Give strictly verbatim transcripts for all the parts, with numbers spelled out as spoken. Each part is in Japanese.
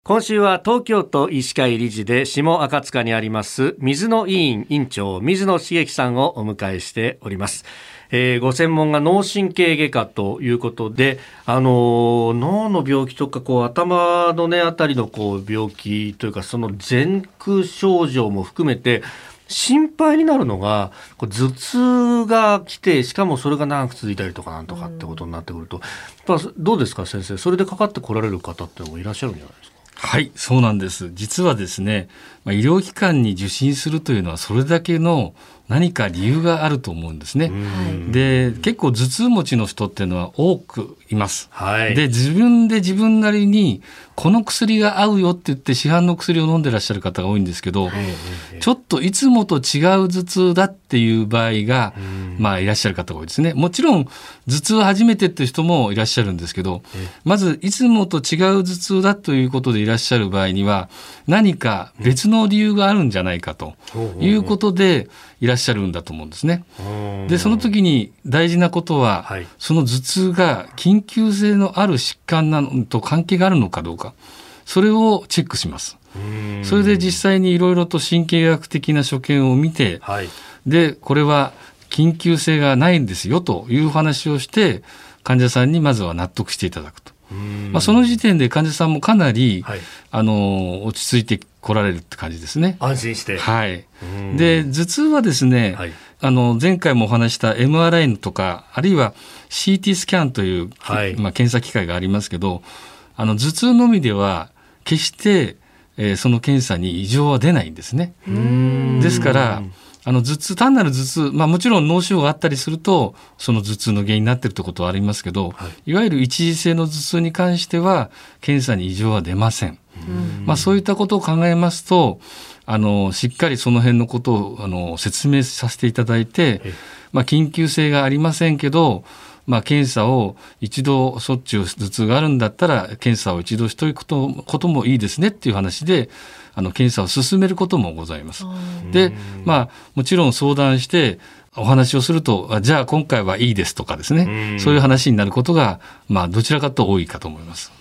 今週は東京都医師会理事で下赤塚にあります水野医院院長水野茂樹さんをお迎えしております。えー、ご専門が脳神経外科ということで、あのー、脳の病気とかこう頭のねあたりのこう病気というかその前駆症状も含めて心配になるのがこう頭痛が来て、しかもそれが長く続いたりとかなんとかってことになってくると、うん、どうですか先生、それでかかってこられる方ってのもいらっしゃるんじゃないですか？ はい、そうなんです。実はですね、まあ、医療機関に受診するというのはそれだけの何か理由があると思うんですね。で、結構頭痛持ちの人っていうのは多くいます。はい、で、自分で自分なりにこの薬が合うよって言って市販の薬を飲んでらっしゃる方が多いんですけど、ちょっといつもと違う頭痛だっていう場合が、まあいらっしゃる方が多いですね。もちろん頭痛初めてっていう人もいらっしゃるんですけど、まずいつもと違う頭痛だということでいらっしゃる場合には何か別の理由があるんじゃないかということでいらっしゃるんだと思うんですね。で、その時に大事なことは、はい、その頭痛が緊急性のある疾患なのと関係があるのかどうか、それをチェックします。それで実際にいろいろと神経学的な所見を見て、はい、でこれは緊急性がないんですよという話をして患者さんにまずは納得していただくと。まあ、その時点で患者さんもかなり、はい、あの落ち着いて来られるって感じですね。 安心して。 はい。で、頭痛はですね、はい、あの前回もお話した エムアールアイ とかあるいは シーティー スキャンという、はい、まあ、検査機械がありますけど、あの頭痛のみでは決して、えー、その検査に異常は出ないんですね。ですからあの頭痛、単なる頭痛、まあ、もちろん脳腫瘍があったりするとその頭痛の原因になっているということはありますけど、はい、いわゆる一時性の頭痛に関しては検査に異常は出ません。まあ、そういったことを考えますとあのしっかりその辺のことをあの説明させていただいて、まあ、緊急性がありませんけど、まあ、検査を一度しょっちゅう頭痛があるんだったら検査を一度しとくことこともいいですねっていう話であの検査を進めることもございます。で、まあ、もちろん相談してお話をすると、じゃあ今回はいいですとかですね、そういう話になることが、まあ、どちらかと多いかと思います。 うん、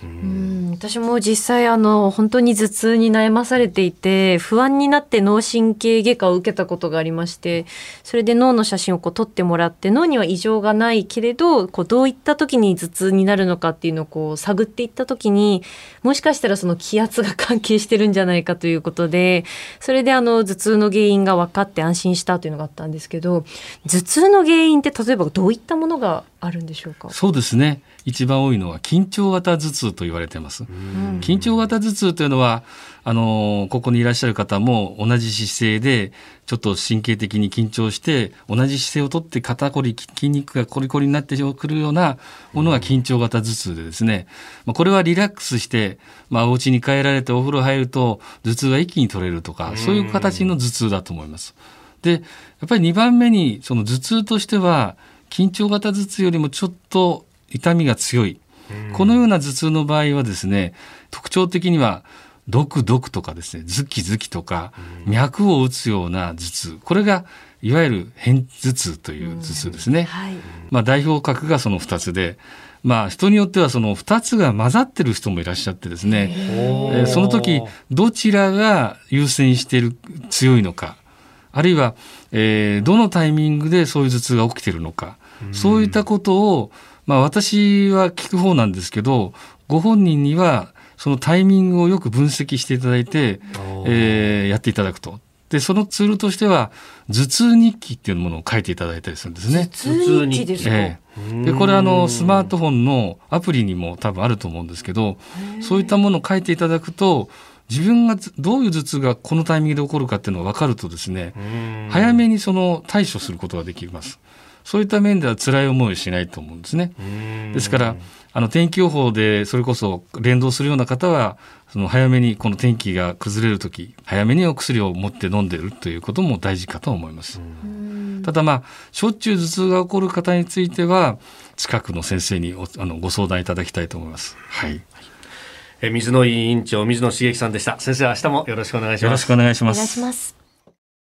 私も実際あの本当に頭痛に悩まされていて不安になって脳神経外科を受けたことがありまして、それで脳の写真をこう撮ってもらって、脳には異常がないけれどこうどういった時に頭痛になるのかっていうのをこう探っていった時に、もしかしたらその気圧が関係してるんじゃないかということで、それであの頭痛の原因が分かって安心したというのがあったんですけど、頭痛の原因って例えばどういったものがあるんでしょうか？ そうですね、一番多いのは緊張型頭痛と言われています。緊張型頭痛というのはあのここにいらっしゃる方も同じ姿勢でちょっと神経的に緊張して同じ姿勢をとって肩こり筋肉がコリコリになってくるようなものが緊張型頭痛でですね、まあ、これはリラックスして、まあ、お家に帰られてお風呂入ると頭痛が一気に取れるとか、そういう形の頭痛だと思います。で、やっぱりにばんめにその頭痛としては緊張型頭痛よりもちょっと痛みが強い、このような頭痛の場合はですね、特徴的にはドクドクとかですね、ズキズキとか脈を打つような頭痛、これがいわゆる片頭痛という頭痛ですね。はい、まあ、代表格がそのふたつで、まあ、人によってはそのふたつが混ざってる人もいらっしゃってですね、えー、その時どちらが優先している強いのか、あるいは、えー、どのタイミングでそういう頭痛が起きているのか、そういったことを、まあ、私は聞く方なんですけど、ご本人にはそのタイミングをよく分析していただいて、えー、やっていただくと。で、そのツールとしては頭痛日記っていうものを書いていただいたりするんですね。 頭痛日記ですか？えー、でこれあのスマートフォンのアプリにも多分あると思うんですけど、そういったものを書いていただくと自分がどういう頭痛がこのタイミングで起こるかっていうのが分かるとですね、早めにその対処することができます。そういった面では辛い思いをしないと思うんですね。ですからあの天気予報でそれこそ連動するような方はその早めにこの天気が崩れるとき早めにお薬を持って飲んでいるということも大事かと思います。ただまあしょっちゅう頭痛が起こる方については近くの先生におあのご相談いただきたいと思います。はい、 え水野医院長水野茂樹さんでした。先生、明日もよろしくお願いします。 よろしくお願いします。 お願いします。